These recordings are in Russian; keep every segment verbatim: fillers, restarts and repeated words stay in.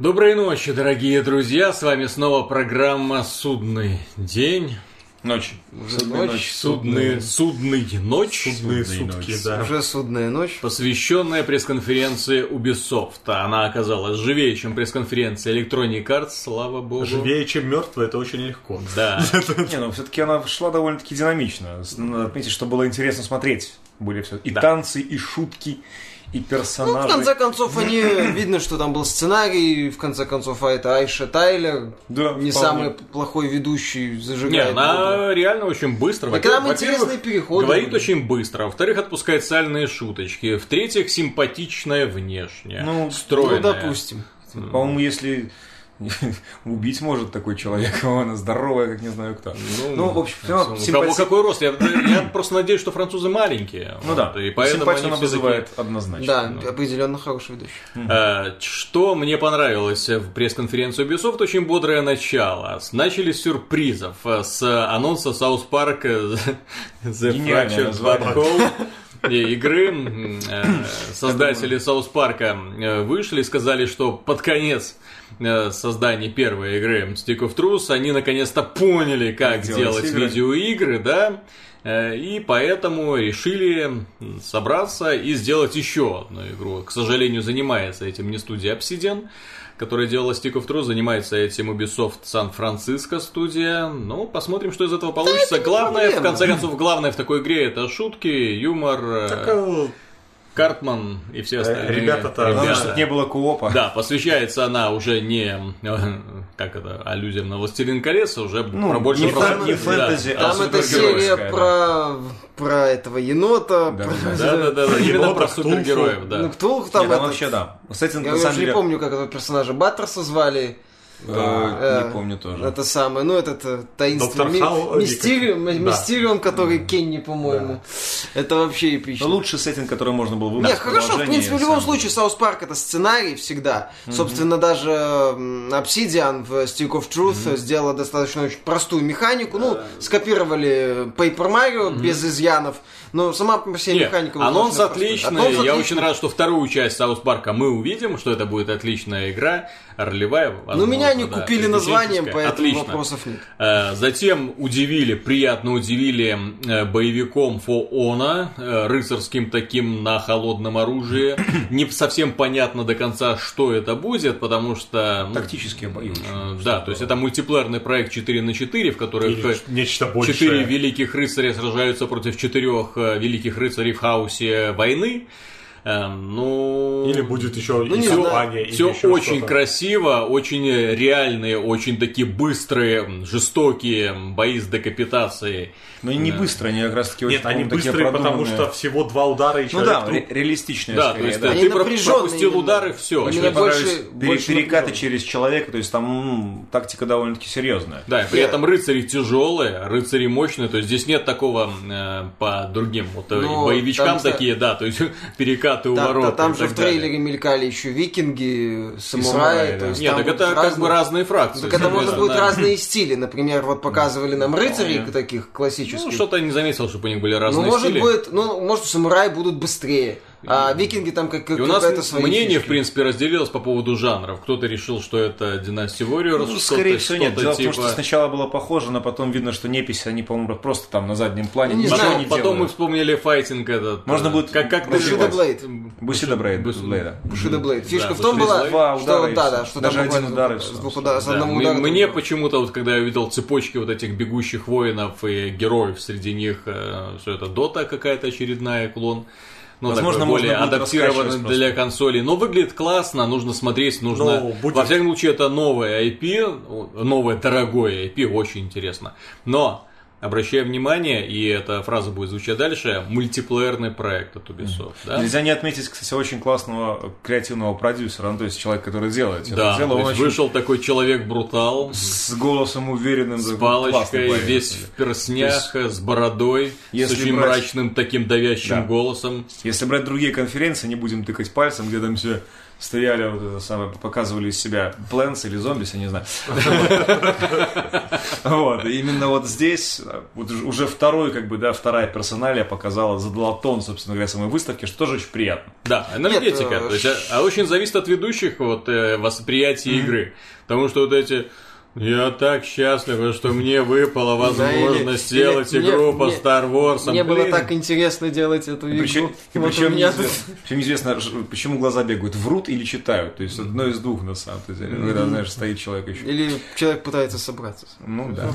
Доброй ночи, дорогие друзья, с вами снова программа «Судный день». Ночь. Судная ночь. Судный, судный ночь. Судные сутки, ночь. да. Уже судная ночь. Посвященная пресс-конференции Ubisoft. Она оказалась живее, чем пресс-конференция Electronic Arts, слава богу. Живее, чем мертвая, это очень легко. Да. Не, ну все-таки она шла довольно-таки динамично. Надо отметить, что было интересно смотреть. Были все и да. танцы, и шутки, и персонажи. Ну, в конце концов, они видно, что там был сценарий, в конце концов, а это Айша Тайлер, да, не вполне. самый плохой ведущий, зажигает. Не, она воду. реально очень быстро. Так там интересные переходы. Говорит очень быстро. Во-вторых, отпускает сальные шуточки. В-третьих, симпатичная внешне. Ну, стройная. Ну, допустим. По-моему, если убить может такой человек, она здоровая, как не знаю кто. Ну, ну в общем, у кого симпати... какой рост? Я, я просто надеюсь, что французы маленькие. Ну да, и поэтому симпатию они она все вызывает такие... однозначно. Да, ну. определенно хороший ведущий. А, что мне понравилось в пресс-конференции Ubisoft, очень бодрое начало. Начали с сюрпризов, с анонса South Park The Fractured But Whole. Игры. Создатели South Park вышли и сказали, что под конец создания первой игры Stick of Truth они наконец-то поняли, как, как делать, делать видеоигры, да, и поэтому решили собраться и сделать еще одну игру. К сожалению, занимается этим не студия Obsidian, которая делала Stick of Truth, занимается этим Ubisoft Сан-Франциско студия. Ну, посмотрим, что из этого получится. Да, главное, в конце концов, главное в такой игре это шутки, юмор, так, Картман и все остальные. Ребята-то, ребята. Главное, чтобы не было коопа. Да, посвящается она уже не, как это, аллюзиям на «Властелин колец», уже ну, про больше не про... Фэн, не фэнтези, да. а там эта серия да. про, про этого енота. Да, про... да, да, да, да, именно про супергероев, да. Ну, Ктулху там, Нет, там этот... вообще, да. Сеттинг, Я на уже самом не деле... помню, как этого персонажа Баттерса звали. Да, э, не помню тоже. Это самое, ну этот таинственный Хау... Мистериум, да. Мистериум, который Кенни, по-моему. Да. Это вообще эпично. Но лучший сеттинг, который можно было выбрать. Нет, хорошо, в принципе, в любом случае, South Park это сценарий всегда. Mm-hmm. Собственно, даже Obsidian в Stick of Truth mm-hmm. сделала достаточно очень простую механику. Ну, скопировали Paper Mario mm-hmm. без изъянов. Но сама по себе Нет, механика... Анонс отличный. Я отличный. очень рад, что вторую часть South Park мы увидим, что это будет отличная игра, ролевая. Ну, меня не да, купили названием, поэтому отлично. Вопросов нет. Затем удивили, приятно удивили боевиком For Honor, рыцарским таким на холодном оружии. Не совсем понятно до конца, что это будет, потому что... Тактические бои. Да, то есть это мультиплеерный проект четыре на четыре, в котором четыре великих рыцаря сражаются против четырех великих рыцарей в хаосе войны. Ну, или будет еще ну, испания, все, или все еще очень что-то. Красиво, очень реальные, очень такие быстрые, жестокие бои с декапитацией. Но не быстро, они как раз таки очень Нет, они быстрые, потому что всего два удара и человек. Ну да, ре- реалистичные да, скорее. То есть, да. ты пропустил удары, все. Мне больше, больше перекаты через человека, то есть там ну, тактика довольно-таки серьезная. Да, и при этом рыцари тяжелые, рыцари мощные, то есть здесь нет такого э, по другим вот, но боевичкам там, такие, да, то есть перекаты у да, ворот. Там же в трейлере мелькали еще викинги, самураи. самураи то есть нет, так это разные, как бы разные фракции. Так это можно будет разные стили. Например, вот показывали нам рыцарей таких классических. Ну, что-то не заметил, чтобы у них были разные ну, может стили. Будет, ну, может, самураи будут быстрее. А викинги там как, и у нас свои мнение, фишки. в принципе, разделилось по поводу жанров. Кто-то решил, что это Dynasty Warriors, ну, скорее всего, нет. Дело типа... в том, что сначала было похоже, но потом видно, что неписи, они, по-моему, просто там на заднем плане не ничего знаю, не потом делают. мы вспомнили файтинг этот. Можно будет как, как Bushido Blade. Bushido Blade. Bushido Blade. Фишка да, в том была, два что, удара да, да, что даже там один удар с, и двух удара, с да, одного мы, удара. Мне почему-то, вот, когда я увидел цепочки вот этих бегущих воинов и героев, среди них э, все это Дота какая-то очередная, клон. Ну, возможно, более адаптированный для консолей. Но выглядит классно, нужно смотреть, нужно... Будет... Во всяком случае, это новое ай пи, новое дорогое ай пи, очень интересно. Но, обращаю внимание, и эта фраза будет звучать дальше, мультиплеерный проект от Ubisoft. Да? Нельзя не отметить, кстати, очень классного креативного продюсера, ну, то есть человек, который делает это да, дело. То есть очень... вышел такой человек-брутал. С голосом уверенным. С палочкой, весь в перснях, есть, с бородой, с очень брать... мрачным таким давящим да. голосом. Если брать другие конференции, не будем тыкать пальцем, где там все... стояли, вот это самое, показывали из себя Plants или Zombies, я не знаю. Вот, именно вот здесь, вот уже второй, как бы, да, вторая персоналия показала, задала тон, собственно говоря, самой выставки, что тоже очень приятно. Да, энергетика, то есть, а очень зависит от ведущих вот восприятия игры, потому что вот эти... Я так счастлив, что мне выпала возможность да, или, сделать или, игру мне, по Star Wars. Мне Блин. было так интересно делать эту игру. Причем, вот причем, меня... причем неизвестно, почему глаза бегают, врут или читают. То есть одно из двух на самом деле. Mm-hmm. Когда, знаешь, стоит человек еще. Или человек пытается собраться. Ну да.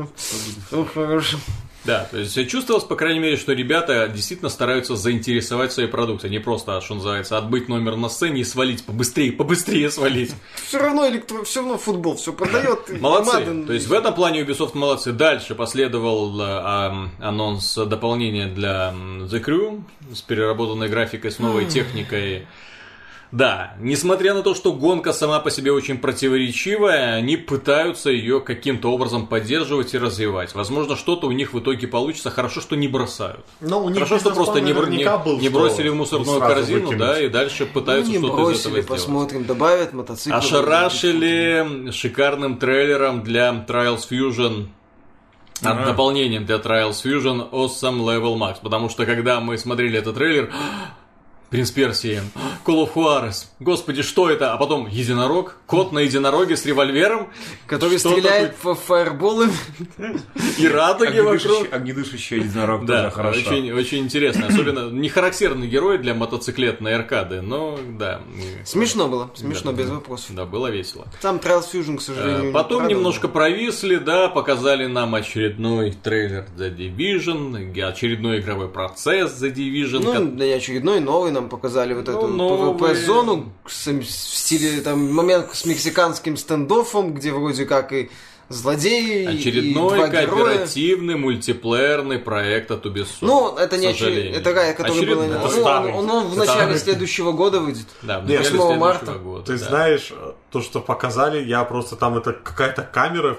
Ну хорошо. Да, то есть чувствовалось, по крайней мере, что ребята действительно стараются заинтересовать своей продукцией. Не просто, что называется, отбыть номер на сцене и свалить побыстрее, побыстрее свалить. Все равно электро... все равно футбол все продает. Молодцы. Команды... То есть в этом плане Ubisoft молодцы. Дальше последовал а, анонс дополнения для The Crew с переработанной графикой, с новой техникой. Да, несмотря на то, что гонка сама по себе очень противоречивая, они пытаются ее каким-то образом поддерживать и развивать. Возможно, что-то у них в итоге получится. Хорошо, что не бросают. Но у них Хорошо, что просто не, не, был, не бросили в мусорную корзину, выкинуть. Да, и дальше пытаются ну, что-то бросили, из этого сделать. Посмотрим, добавят мотоцикл. Ошарашили шикарным трейлером для Trials Fusion. Ага. Дополнением для Trials Fusion Awesome Level Max. Потому что когда мы смотрели этот трейлер... Принц Персии, Call of Juarez, господи, что это? А потом единорог, кот на единороге с револьвером, который стреляет в фаерболы и радуги вокруг. Огнедышащий единорог, да, тоже хорошо. Очень, очень интересно, особенно не характерный герой для мотоциклетной аркады, но да. Смешно было, смешно, да, без вопросов. Да, было весело. Там Trials Fusion, к сожалению, а, потом не немножко провисли, да, показали нам очередной трейлер The Division, очередной игровой процесс The Division. Ну, как... да не очередной, новый нам показали вот эту ну, пэ вэ пэ-зону в стиле, там, момент с мексиканским стендоффом, где вроде как и злодеи, очередной и два кооперативный героя. Мультиплеерный проект от Ubisoft. Ну, это не очередной, это рай, который был... Ну, он, он, он в начале следующего года выйдет. Да, в начале следующего марта. Года. Ты да. знаешь, то, что показали, я просто там, это какая-то камера...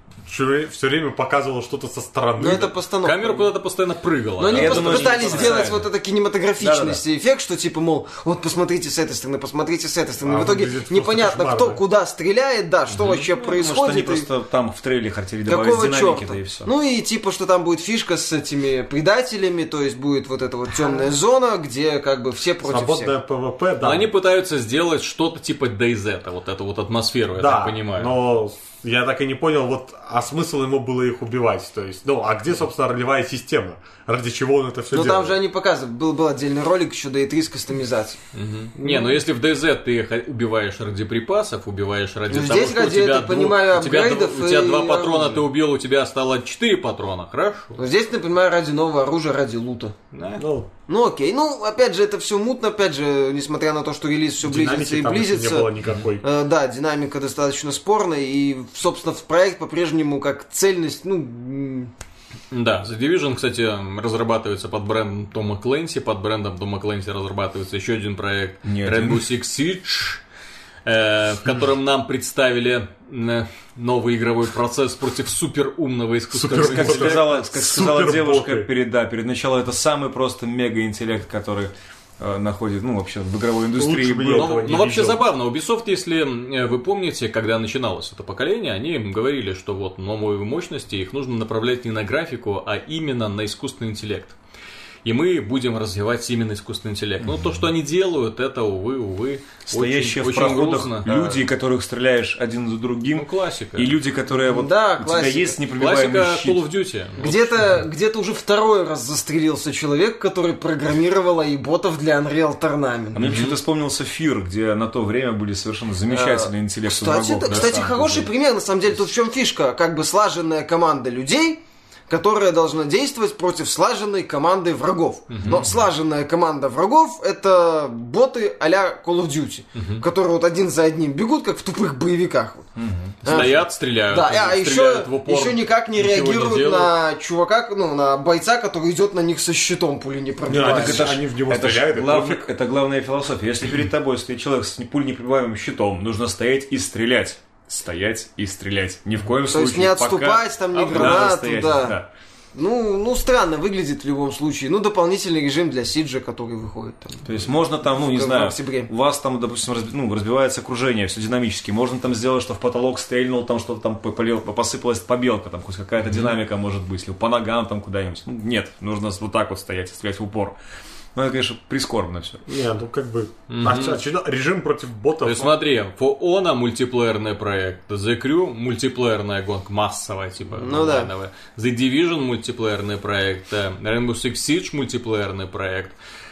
все время показывало что-то со стороны. Но это постановка. Камера куда-то постоянно прыгала. Но они да? просто думаю, пытались сделать вот это кинематографичность да, да, да. эффект, что типа, мол, вот посмотрите с этой стороны, посмотрите с этой стороны. А, в итоге непонятно, кошмар, кто да? куда стреляет, да, что mm-hmm. вообще ну, происходит. Может, они просто там в трейлере хотели добавить динамики-то и все. Ну и типа, что там будет фишка с этими предателями, то есть будет вот эта вот темная зона, где как бы все против свободное всех. пэ вэ пэ, да. Они пытаются сделать что-то типа дэй зет, вот эту вот атмосферу, я да, так понимаю. Но я так и не понял, вот, а смысл ему было их убивать, то есть, ну, а где, собственно, ролевая система? Ради чего он это все ну, делает? Ну, там же они показывают, был, был отдельный ролик еще до и три с кастомизацией. Угу. Mm-hmm. Не, ну, если в дэй зет ты убиваешь ради припасов, убиваешь ради ну, того, здесь что ради, у тебя, я двух, понимаю, у тебя, у тебя два патрона оружия. Ты убил, у тебя стало четыре патрона, хорошо? Но здесь, например, ради нового оружия, ради лута. Да. Ну, ну, окей, ну, опять же, это все мутно, опять же, несмотря на то, что релиз все близится и близится. Не было никакой. Э, да, динамика достаточно спорная, и, собственно, в проект по-прежнему как цельность, ну... Да, The Division, кстати, разрабатывается под брендом Тома Клэнси, под брендом Тома Клэнси разрабатывается еще один проект Нет. Rainbow Six Siege, э, в котором нам представили э, новый игровой процесс против суперумного искусственного Супер, интеллекта. Как сказала, как сказала Суперботы. девушка перед, да, перед началом, это самый просто мега-интеллект, который э, находит, ну, вообще, в игровой индустрии. Лучше бы был. я этого Ну, не ну, вообще видел. забавно, Ubisoft, если вы помните, когда начиналось это поколение, они говорили, что вот новые мощности, их нужно направлять не на графику, а именно на искусственный интеллект. И мы будем развивать именно искусственный интеллект. Mm-hmm. Но то, что они делают, это, увы, увы, стоящие очень, в проходах очень грустно. люди, которых стреляешь один за другим. Ну, классика. И люди, которые вот да, у классика. тебя есть непробиваемый Классика щит. Call of Duty. Где-то, где-то уже второй раз застрелился человек, который программировал эй ботов для Unreal Tournament. А мне mm-hmm. почему-то вспомнился Фир, где на то время были совершенно замечательные интеллекты кстати, врагов. это, кстати, хороший уже. пример, на самом деле, тут в чем фишка, как бы слаженная команда людей, которая должна действовать против слаженной команды врагов. Uh-huh. Но слаженная команда врагов — это боты а-ля Call of Duty, uh-huh. которые вот один за одним бегут, как в тупых боевиках. Uh-huh. А, Стоят, стреляют. Да, а еще, в упор, еще никак не реагируют не на чувака, ну, на бойца, который идет на них со щитом, пули не пробивает. Это, они в него это, стреляют, глав... это главная философия. Если перед тобой стоит человек с пуленепробиваемым щитом, нужно стоять и стрелять. Стоять и стрелять. Ни в коем То случае. есть не отступать, пока... там, не а гранату, стоять, да. да. Ну, ну, странно выглядит в любом случае. Ну, дополнительный режим для Сиджа, который выходит там. То есть можно там, ну, не в, знаю, в октябре. у вас там, допустим, разби, ну, разбивается окружение, все динамически. Можно там сделать, что в потолок стрельнул, там что-то там полил, посыпалась побелка, там хоть какая-то mm-hmm. динамика может быть, или по ногам там куда-нибудь. Ну, нет, нужно вот так вот стоять, стрелять в упор. Ну, это, конечно, прискорбно все. Не, ну как бы mm-hmm. режим против ботов. Ты смотри, For Honor мультиплеерный проект, The Crew мультиплеерная гонка, массовая, типа, ну, да. The Division мультиплеерный проект, Rainbow Six Siege мультиплеерный проект.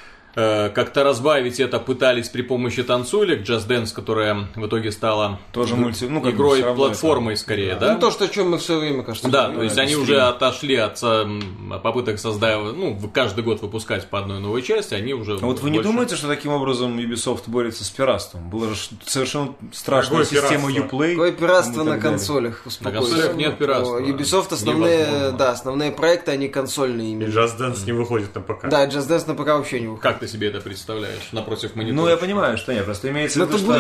Как-то разбавить это пытались при помощи танцулек, Just Dance, которая в итоге стала тоже мульти... ну, игрой, платформой скорее, да? Ну, то, что, о чем мы все время, кажется. Да, то есть они уже отошли от попыток создать, ну, каждый год выпускать по одной новой части, они уже... А вот вы не думаете, что таким образом Ubisoft борется с пиратством? Была же совершенно страшная система Uplay. Какое пиратство на консолях? На консолях нет пиратства. Ubisoft основные, да, основные проекты, они консольные именно. И Just Dance не выходит на ПК. Да, Just Dance на ПК вообще не выходит. Как ты себе это представляешь напротив монитора? Ну, я понимаю, что нет, просто имеется в виду, что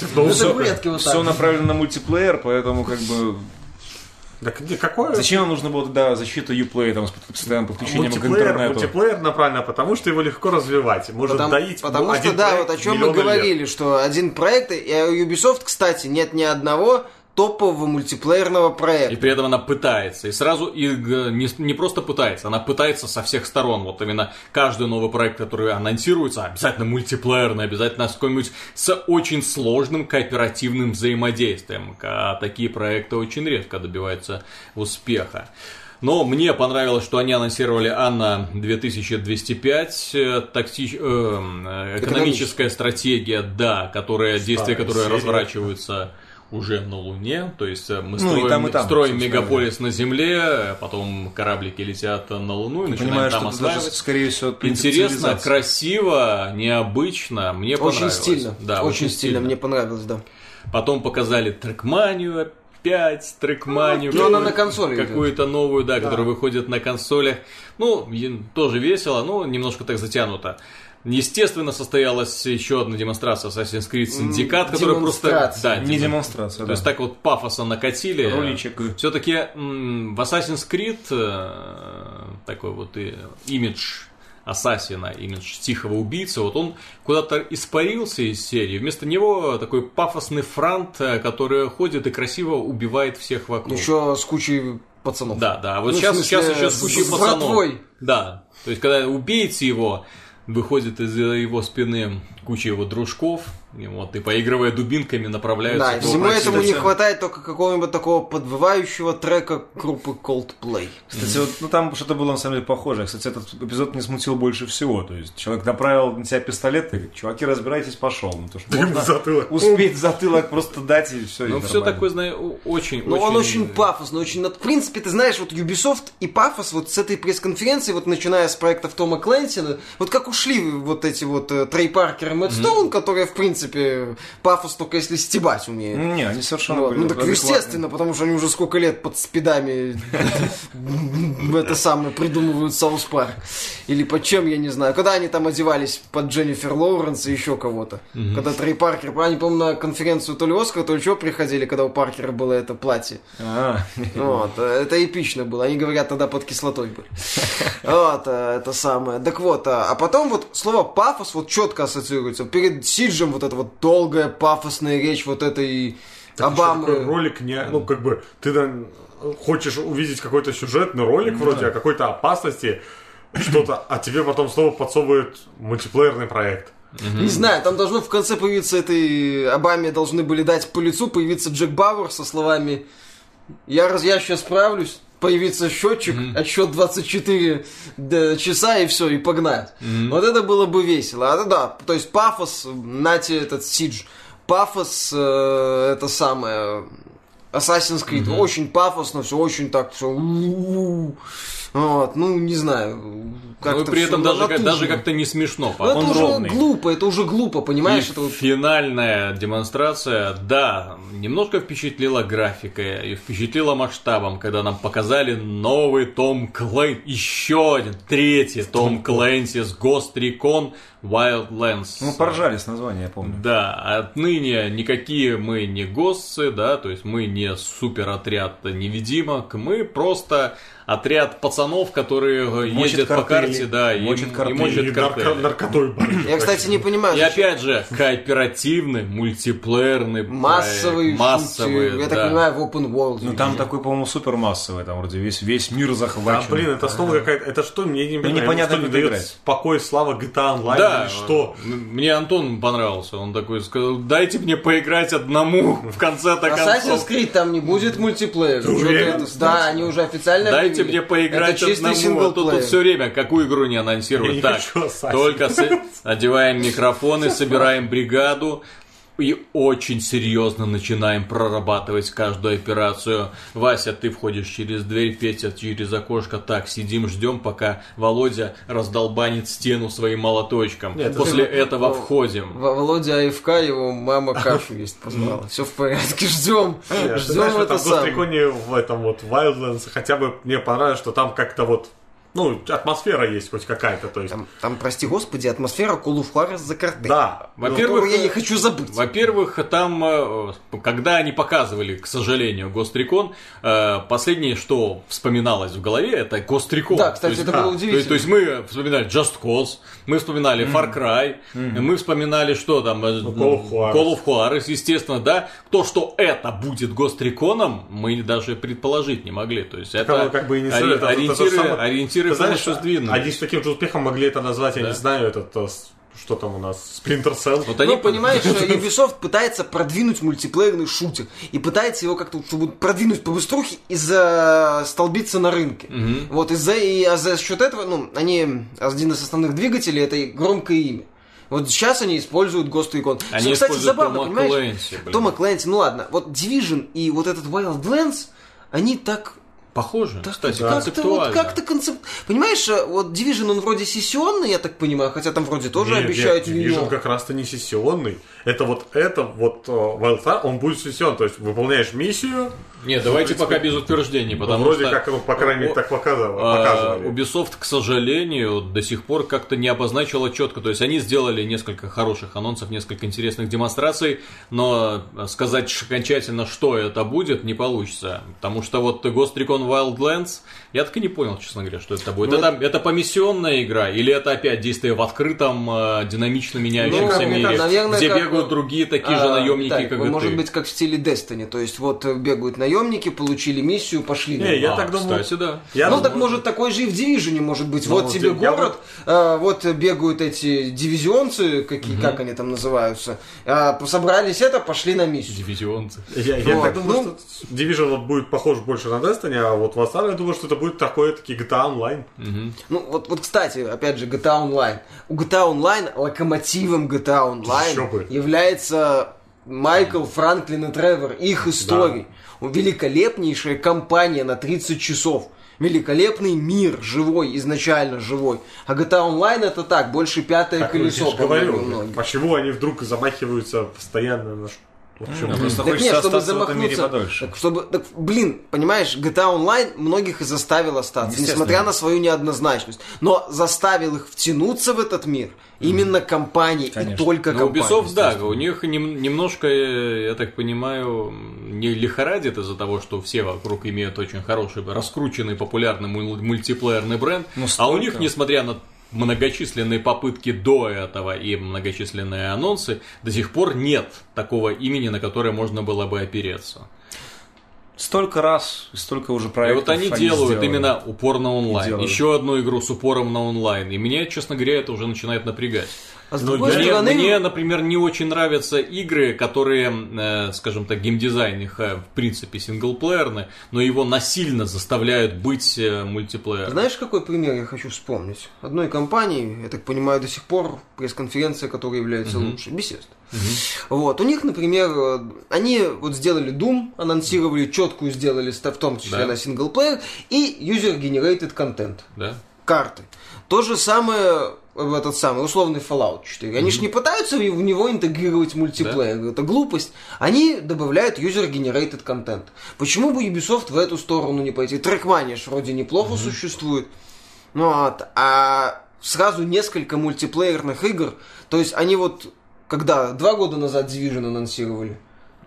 все, все направлено на мультиплеер, поэтому как бы... Так, какое? Зачем нам нужно было тогда защита Uplay там, с постоянным подключением к мультиплеер, интернету? Мультиплеер направлено, потому что его легко развивать. Может потому, доить Потому один что, да, вот о чем мы говорили, лет. Что один проект, и у Ubisoft, кстати, нет ни одного топового мультиплеерного проекта. И при этом она пытается. И сразу и не, не просто пытается, она пытается со всех сторон. Вот именно каждый новый проект, который анонсируется, обязательно мультиплеерный, обязательно с какой-нибудь с очень сложным кооперативным взаимодействием. А такие проекты очень редко добиваются успеха. Но мне понравилось, что они анонсировали Анна две тысячи двести пять, такти... э, экономическая стратегия, да, которая, действия, которые серия. разворачиваются уже на Луне, то есть мы ну, строим, и там, и там, строим мегаполис на Земле, потом кораблики летят на Луну и начинаем понимаю, там осваивать. Скорее всего, интересно, красиво, необычно, мне очень понравилось. Стильно. Да, очень, очень стильно, мне понравилось, да. Потом показали трекманию, опять трекманию, ну, она на консоли какую-то новую, да, да, которая выходит на консолях. Ну, тоже весело, но немножко так затянуто. Естественно, состоялась еще одна демонстрация Assassin's Creed Syndicate, которая просто... Да, не демонстрация, То да. есть так вот пафоса накатили. Роличек. Все-таки м- в Assassin's Creed э, такой вот и, имидж ассасина, имидж тихого убийцы, вот он куда-то испарился из серии. Вместо него такой пафосный франт, который ходит и красиво убивает всех вокруг. Еще с кучей пацанов. Да, да. Вот ну, сейчас, смысле, сейчас еще с кучей с пацанов. братвой. Да. То есть, когда убейте его, выходит из его спины куча его дружков, и, вот, и поигрывая дубинками направляются. Да, всему этому не хватает только какого-нибудь такого подвывающего трека группы Coldplay. Кстати, вот, ну там что-то было на самом деле похоже. Кстати, этот эпизод не смутил больше всего. То есть человек направил на себя пистолет и говорит: чуваки, разбирайтесь, пошел. Ну, то, что можно затылок. успеть затылок просто дать и все. Ну, все такое, знаю, очень... Ну, очень... он очень пафосный, очень... В принципе, ты знаешь, вот Ubisoft и пафос вот с этой пресс-конференции, вот начиная с проектов Тома Клэнси, вот как ушли вот эти вот Трей Паркер и Мэтт Стоун, mm-hmm. которые, в принципе, пафос только если стебать умеют. Не, они совершенно вот. Ну, так естественно, потому что они уже сколько лет под спидами это самое придумывают Саус Парк. Или под чем, я не знаю. Когда они там одевались под Дженнифер Лоуренс и еще кого-то. Когда Трей Паркер, они, по-моему, на конференцию то ли Оскар, то ли чего приходили, когда у Паркера было это платье. Вот. Это эпично было. Они говорят, тогда под кислотой были. Вот, это самое. Так вот, а потом вот слово пафос вот четко ассоциируется. Перед Сиджем вот эта вот долгая пафосная речь вот этой так Обамы. Ролик не... Ну, как бы, ты там хочешь увидеть какой-то сюжетный ролик вроде да. о какой-то опасности, что-то, а тебе потом снова подсовывают мультиплеерный проект. Mm-hmm. Не знаю, там должно в конце появиться этой... Обаме должны были дать по лицу, появиться Джек Бауэр со словами «Я, раз, я сейчас справлюсь». Появится счетчик, mm-hmm. отсчет двадцать четыре часа и все, и погнать. Mm-hmm. Вот это было бы весело. А, да, то есть пафос, нате этот Сидж, пафос, э, это самое, Assassin's Creed, mm-hmm. очень пафосно, все очень так, все. Вот, ну, не знаю. Ну, и при этом даже, как, даже как-то не смешно. Это уже ровный. глупо, это уже глупо, понимаешь? И это... финальная демонстрация, да, немножко впечатлила графикой и впечатлила масштабом, когда нам показали новый Том Клэнси, еще один, третий Том Клэнси с Ghost Recon Wildlands. Ну, поржали с названия, я помню. Да, отныне никакие мы не госсы, да, то есть мы не суперотряд невидимок, мы просто отряд пацанов, которые мочит ездят картели. по карте, да, и мочит и картели. мочат И картели. нарко- наркотой. Я, кстати, не понимаю, И зачем опять же, кооперативный, мультиплеерный массовый, проект, массовый, шутер, я да. так понимаю, в open world. Ну там такой, по-моему, супермассовый, там вроде весь, весь мир А, захвачен. блин, это снова какая-то... Это что, мне не Ну, непонятно, что, не как дает играть. покой, слава джи ти эй Online Да, или что? м- мне Антон понравился. Он такой сказал, дайте мне поиграть одному в конце-то Assassin's концов. Creed там не будет мультиплеера. Чё ты уверен? это- Да, они уже официально Дайте объявили. мне поиграть Это чистый одному. А то тут синглплеер. все время какую игру не Я анонсируют. не Так, хочу Assassin's. только с- одеваем микрофоны, собираем бригаду. И очень серьезно начинаем прорабатывать каждую операцию. Вася, ты входишь через дверь, Петя через окошко. Так, сидим, ждем, пока Володя раздолбанит стену своим молоточком. Нет, После это- этого Во- входим. Во- Володя АФК, его мама кашу есть позвала. Все в порядке, ждем. Нет, ты Ждем знаешь, вот это там в самое. Гостриконе в этом вот Wildlands хотя бы мне понравилось, что там как-то вот, ну, атмосфера есть хоть какая-то, то есть. Там, там, прости господи, атмосфера Call of Juarez за карты. Да. Во-первых, Которую я не хочу забыть. Во-первых, там, э, когда они показывали, к сожалению, Гострикон, э, последнее, что вспоминалось в голове, это Гострикон. Да, кстати, То есть, это было то удивительно. есть, то есть мы вспоминали Just Cause, мы вспоминали Far Cry, мы вспоминали, что там, э, Call of Juarez. Call of Juarez, естественно, да. То, что это будет Гостриконом, мы даже предположить не могли. То есть это оно как бы и не ори- стоит, это- это ориентиры, то же самое. ориентиры Ты знаешь, полностью сдвинули. они с таким же успехом могли это назвать, я Да. не знаю, этот, э, с- что там у нас, Splinter Cell. Вот они Ну, понимаешь, Ubisoft пытается продвинуть мультиплеерный шутер. И пытается его как-то, чтобы продвинуть по быструхе и застолбиться на рынке. Вот из-за, и, а за счет этого, ну, они, один из основных двигателей, это и громкое имя. Вот сейчас они используют Ghost Recon. Они Что, кстати, используют забавно, Тома понимаешь? Клэнси, блин. Тома Клэнси, ну ладно. Вот Division и вот этот Wildlands, они так... Похоже, Так, кстати, как-то, концептуально. вот, как-то концеп... Понимаешь, вот Division, он вроде сессионный, я так понимаю, хотя там вроде тоже Нет, обещают нет, миллион. Division как раз-то не сессионный. Это вот это вот э, Wildfire, он будет сессион, то есть выполняешь миссию. Нет, давайте в принципе, пока без утверждений, потому ну, вроде что... как, ну, по крайней мере, О- так показывали. а, показывали. Ubisoft, к сожалению, до сих пор как-то не обозначила четко. То есть они сделали несколько хороших анонсов, несколько интересных демонстраций, но сказать окончательно, что это будет, не получится. Потому что вот Ghost Recon Wildlands, я так и не понял, честно говоря, что это будет. Ну, это, это помиссионная игра, или это опять действие в открытом, э, динамично меняющемся Ну, мире, наверное, где как бегают вот, другие такие же А, наемники, Виталик, как он и может ты. быть как в стиле Destiny, то есть вот э, бегают наемники, получили миссию, пошли. Не, я А, так думаю. кстати, да. Я ну думаю, так может такой же и в Division может быть. Ну, вот вот тебе я город, э, вот бегают эти дивизионцы, какие, как они там называются, э, собрались это, пошли на миссию. Дивизионцы. Я, я Вот, так думаю, ну- что Division вот будет похож больше на Destiny, а вот Wildfire, я думаю, что это будет такой-таки джи ти эй Online. Ну вот, вот кстати, опять же, джи ти эй Online. У джи ти эй Online локомотивом джи ти эй Еще бы. Online является Майкл, Франклин и Тревор, их истории. Великолепнейшая компания на тридцать часов. Великолепный мир, живой, изначально живой. А джи ти эй Online это так, больше пятое Так, колесо. я же говорю, по-моему, многим. почему они вдруг замахиваются постоянно на... ш- В общем, Ну, просто Так хочется нет, чтобы остаться в этом мире замахнуться, подольше. так, чтобы, так, блин, понимаешь, джи ти эй Online многих и заставил остаться, Естественно. несмотря на свою неоднозначность. Но заставил их втянуться в этот мир именно компании, и Конечно. только Ну, компании. Ubisoft, да, у них нем- немножко, э, я так понимаю, не лихорадит из-за того, что все вокруг имеют очень хороший, раскрученный, популярный мул- мультиплеерный бренд, Ну, а у столько. них, несмотря на многочисленные попытки до этого и многочисленные анонсы, до сих пор нет такого имени, на которое можно было бы опереться. Столько раз, и столько уже И проектов вот они делают сделали. именно упор на онлайн. делают. Еще одну игру с упором на онлайн. И меня, честно говоря, это уже начинает напрягать. А с Ну, другой Мне, стороны, мне, например, не очень нравятся игры, которые, э, скажем так, геймдизайн их, э, в принципе, синглплеерный, но его насильно заставляют быть э, мультиплеером. знаешь, какой пример я хочу вспомнить? Одной компании, я так понимаю, до сих пор пресс-конференция, которая является лучшей, Bethesda. Вот, у них, например, э, они вот сделали Doom, анонсировали, четкую сделали, ста- в том числе Да. на синглплеер, и user-generated content. Да? Карты. То же самое в этот самый условный Fallout четыре. Они же не пытаются в в него интегрировать мультиплеер. Это глупость. Они добавляют user-generated content. Почему бы Ubisoft в эту сторону не пойти? Trackmania ж вроде неплохо существует. Ну, вот. А сразу несколько мультиплеерных игр. То есть они вот, когда два года назад Division анонсировали,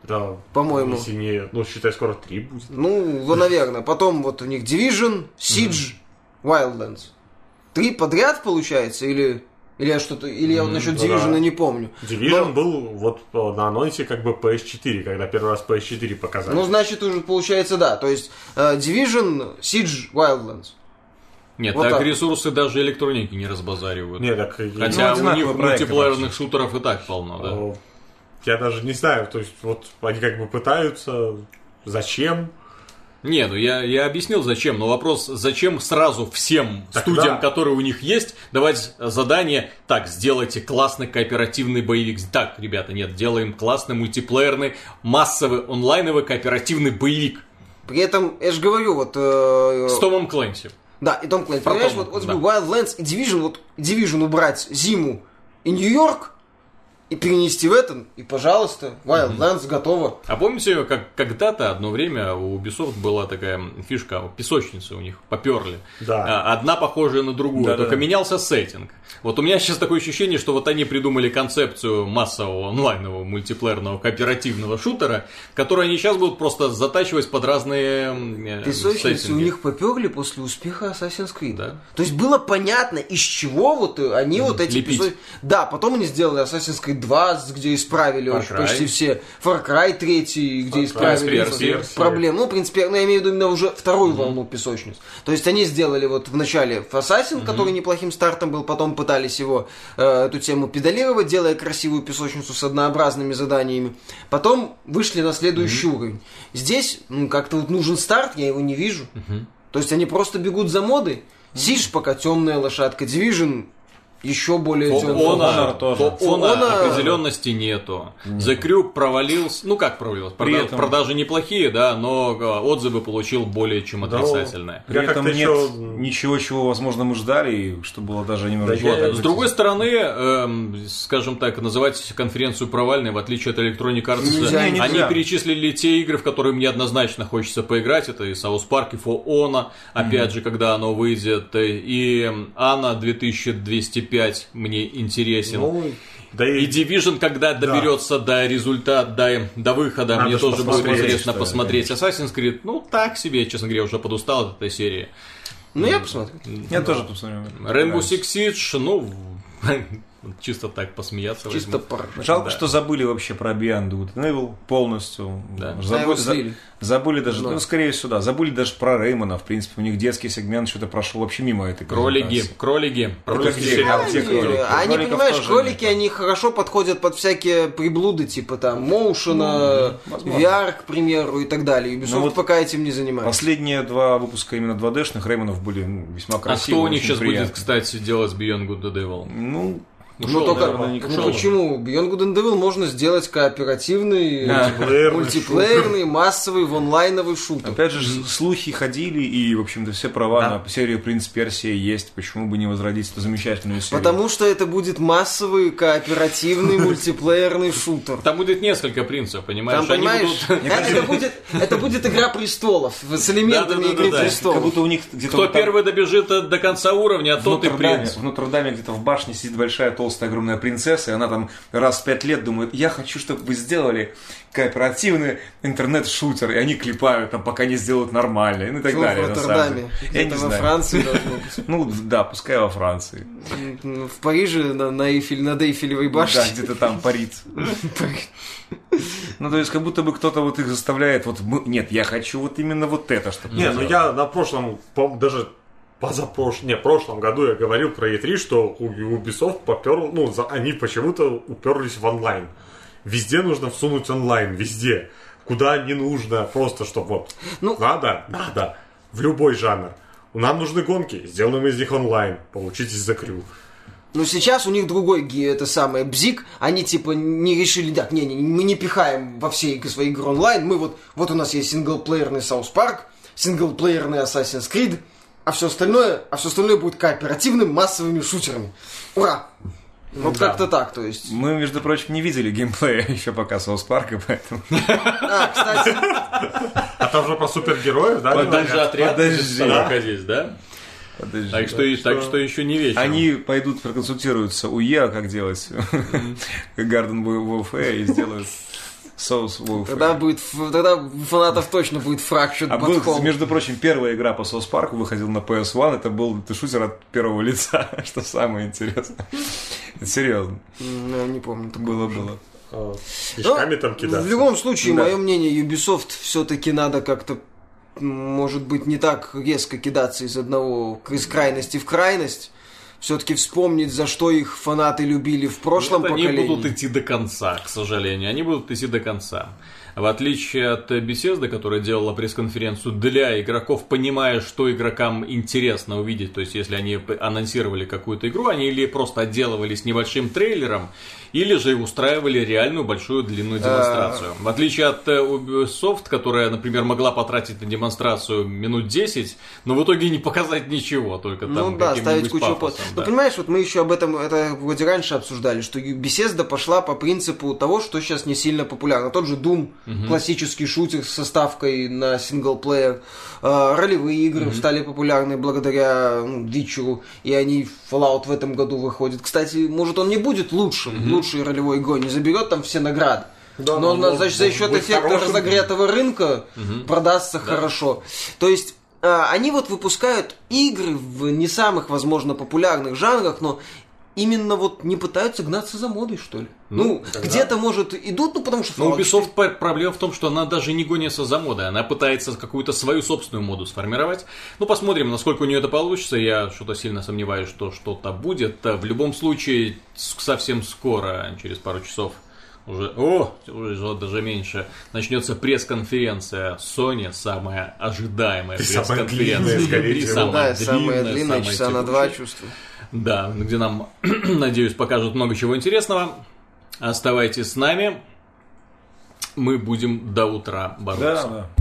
Да. По-моему. Если не, ну, считай, скоро три будет. Ну, ну, наверное. Потом вот у них Division, Siege, mm-hmm. Wildlands. Три подряд, получается? Или, или я что-то, или я вот насчет mm-hmm. Division да. не помню. Division Но... был вот на анонсе как бы пи эс четыре, когда первый раз пи эс четыре показали. Ну, значит, уже получается, да. То есть uh, Division, Siege, Wildlands. Нет, вот так, так электроники даже электроники не разбазаривают. Нет, так... Хотя ну, у них мультиплеерных шутеров и так полно, да? Я даже не знаю, то есть вот они как бы пытаются... Зачем? Не, ну я, я объяснил зачем, но вопрос, зачем сразу всем так студиям, да. которые у них есть, давать задание, так, сделайте классный кооперативный боевик. Так, ребята, нет, делаем классный мультиплеерный, массовый, онлайновый кооперативный боевик. При этом, я же говорю, вот... Э, С Томом Клэнси. Да, и Том Клэнси. Понимаешь, вот, вот да. Wildlands и Division, вот Division убрать зиму и Нью-Йорк, и перенести в это, и, пожалуйста, Wildlands mm-hmm. готово. А помните, как когда-то, одно время, у Ubisoft была такая фишка, песочницы у них поперли. Да. Одна похожая на другую, да, только да. менялся сеттинг. Вот у меня сейчас такое ощущение, что вот они придумали концепцию массового онлайнового мультиплеерного кооперативного шутера, который они сейчас будут просто затачивать под разные песочницы сеттинги. У них поперли после успеха Assassin's Creed. Да. То есть было понятно, из чего вот они mm-hmm. вот эти песочницы... Да, потом они сделали Assassin's Creed два, где исправили очень, почти все. Far Cry три, где Far исправили Cry, проблемы. Ну, в принципе, ну, я имею в виду именно уже вторую mm-hmm. волну песочниц. То есть они сделали вот в начале Assassin, mm-hmm. который неплохим стартом был, потом пытались его, э, эту тему педалировать, делая красивую песочницу с однообразными заданиями. Потом вышли на следующий mm-hmm. уровень. Здесь ну, как-то вот нужен старт, я его не вижу. Mm-hmm. То есть они просто бегут за модой. Сидж пока темная лошадка, Division еще более темная. Honor определенности нету. Нет. The Crew провалился, ну как провалился, При Прода- этом... продажи неплохие, да, но отзывы получил более чем отрицательные. При этом нет еще... ничего, чего, возможно, мы ждали, и что было даже немного... Да, я... С другой стороны, эм, скажем так, называть конференцию провальной, в отличие от Electronic Arts, нельзя, они нельзя. перечислили те игры, в которые мне однозначно хочется поиграть, это и South Park, и For Honor, опять mm-hmm. же, когда оно выйдет, и Анна две тысячи двести пять мне интересен. Ну, да и... и Division, когда доберется да. до результата, до, до выхода, Надо мне тоже будет интересно посмотреть. Assassin's Creed, ну так себе, честно говоря, уже подустал от этой серии. Ну я посмотрю. Я тоже посмотрю. Rainbow Six Siege, ну... Чисто так посмеяться. Чисто пар. Жалко, да. что забыли вообще про Beyond Good and Evil полностью. Да. Забыли, за, забыли даже, Но. ну скорее сюда, забыли даже про Реймона. В принципе, у них детский сегмент что-то прошел вообще мимо этой кролики, кролики. Кролики. Они, понимаешь, кролики, они хорошо подходят под всякие приблуды, типа там моушена, ну, ви ар, к примеру, и так далее. Ubisoft ну, вот пока этим не занимается. Последние два выпуска именно два дэ-шных Реймонов были ну, весьма красивые. А что у них сейчас приятные. будет, кстати, делать с Beyond Good and Evil? Ну... Ну, ну, только, ну почему? Beyond Good and Evil можно сделать кооперативный, да. мультиплеерный, массовый, в онлайновый шутер. Опять же, mm-hmm. слухи ходили, и, в общем-то, все права да. на серию «Принц Персия» есть. Почему бы не возродить эту замечательную серию? Потому что это будет массовый, кооперативный, мультиплеерный шутер. Там будет несколько принцев, понимаешь? Там, понимаешь, это будет «Игра престолов» с элементами «Игры престолов». Как будто у них где-то... Кто первый добежит до конца уровня, тот и принц. В Нотр-Даме где-то в башне сидит большая толстая толстая огромная принцесса, и она там раз в пять лет думает, я хочу, чтобы вы сделали кооперативный интернет-шутер, и они клепают, там, пока не сделают нормально, и, ну, и так Что далее. в Нотр-Даме? Я не во знаю. Франции должно быть. Ну, да, пускай во Франции. В Париже на, на, Эйфель, на Эйфелевой башне. Да, где-то там парит. Ну, то есть, как будто бы кто-то вот их заставляет, вот, нет, я хочу вот именно вот это, чтобы... Не, ну я на прошлом, даже... Позапрошлом, не, в прошлом году я говорил про и три, что у Ubisoft попер, ну, за, они почему-то уперлись в онлайн. Везде нужно всунуть онлайн, везде. Куда не нужно, просто чтобы вот, ну, надо, надо, в любой жанр. Нам нужны гонки, сделаем из них онлайн, получитесь за крю. Но сейчас у них другой, это самое, бзик, они типа не решили, так, не, не, мы не пихаем во все свои игры онлайн, мы вот, вот у нас есть синглплеерный South Park, синглплеерный Assassin's Creed, а все остальное, а все остальное будет кооперативным массовыми шутерами. Ура! Вот да. Как-то так, то есть. Мы, между прочим, не видели геймплея еще пока South Park, поэтому. А, кстати. А там же про супергероев, да? Подожди, отряд Подожди. здесь, да? Подожди, так, что, что... так что еще не вечер. Они пойдут проконсультируются у Е, как делать Garden Warfare и сделают. South Wolf. Тогда, будет, тогда у фанатов точно будет Fractured А But был, Whole. между прочим, первая игра по South Park выходила на пи эс один, это был шутер от первого лица, что самое интересное. Серьезно. Я не помню. Было-было. Мешками там кидаться. В любом случае, Да. мое мнение, Ubisoft все-таки надо как-то, может быть, не так резко кидаться из одного, из крайности в крайность. Все-таки вспомнить, за что их фанаты любили в прошлом Нет, поколении. они будут идти до конца, к сожалению. Они будут идти до конца. В отличие от Bethesda, которая делала пресс-конференцию для игроков, понимая, что игрокам интересно увидеть. То есть, если они анонсировали какую-то игру, они или просто отделывались небольшим трейлером, или же устраивали реальную большую длинную демонстрацию. В отличие от Ubisoft, которая, например, могла потратить на демонстрацию минут десять, но в итоге не показать ничего, только там Ну да, ставить кучу пафосом, под... да. Ну понимаешь, вот мы еще об этом, это вроде раньше обсуждали, что Bethesda пошла по принципу того, что сейчас не сильно популярно. Тот же Doom, угу. классический шутер с ставкой на синглплеер, э, ролевые игры угу. стали популярны благодаря ну, Witcher'у, и они Fallout в этом году выходит. Кстати, может он не будет лучшим, угу. лучшей ролевой игрой, не заберет там все награды. Да, но он за, за счет эффекта хорошим. разогретого рынка угу. продастся да. хорошо. То есть они вот выпускают игры в не самых, возможно, популярных жанрах, но именно вот не пытаются гнаться за модой, что ли. Ну, ну где-то, может, идут, ну, потому что... Но у Ubisoft проблема в том, что она даже не гонится за модой, она пытается какую-то свою собственную моду сформировать. Ну, посмотрим, насколько у нее это получится. Я что-то сильно сомневаюсь, что что-то будет. В любом случае, совсем скоро, через пару часов, Уже, о, уже даже меньше. Начнется пресс-конференция Sony, самая ожидаемая пресс-конференция. Скорее всего. Да, самая длинная, часа на два, чувствую. Да, где нам, надеюсь, покажут много чего интересного. Оставайтесь с нами. Мы будем до утра бороться. Да, да.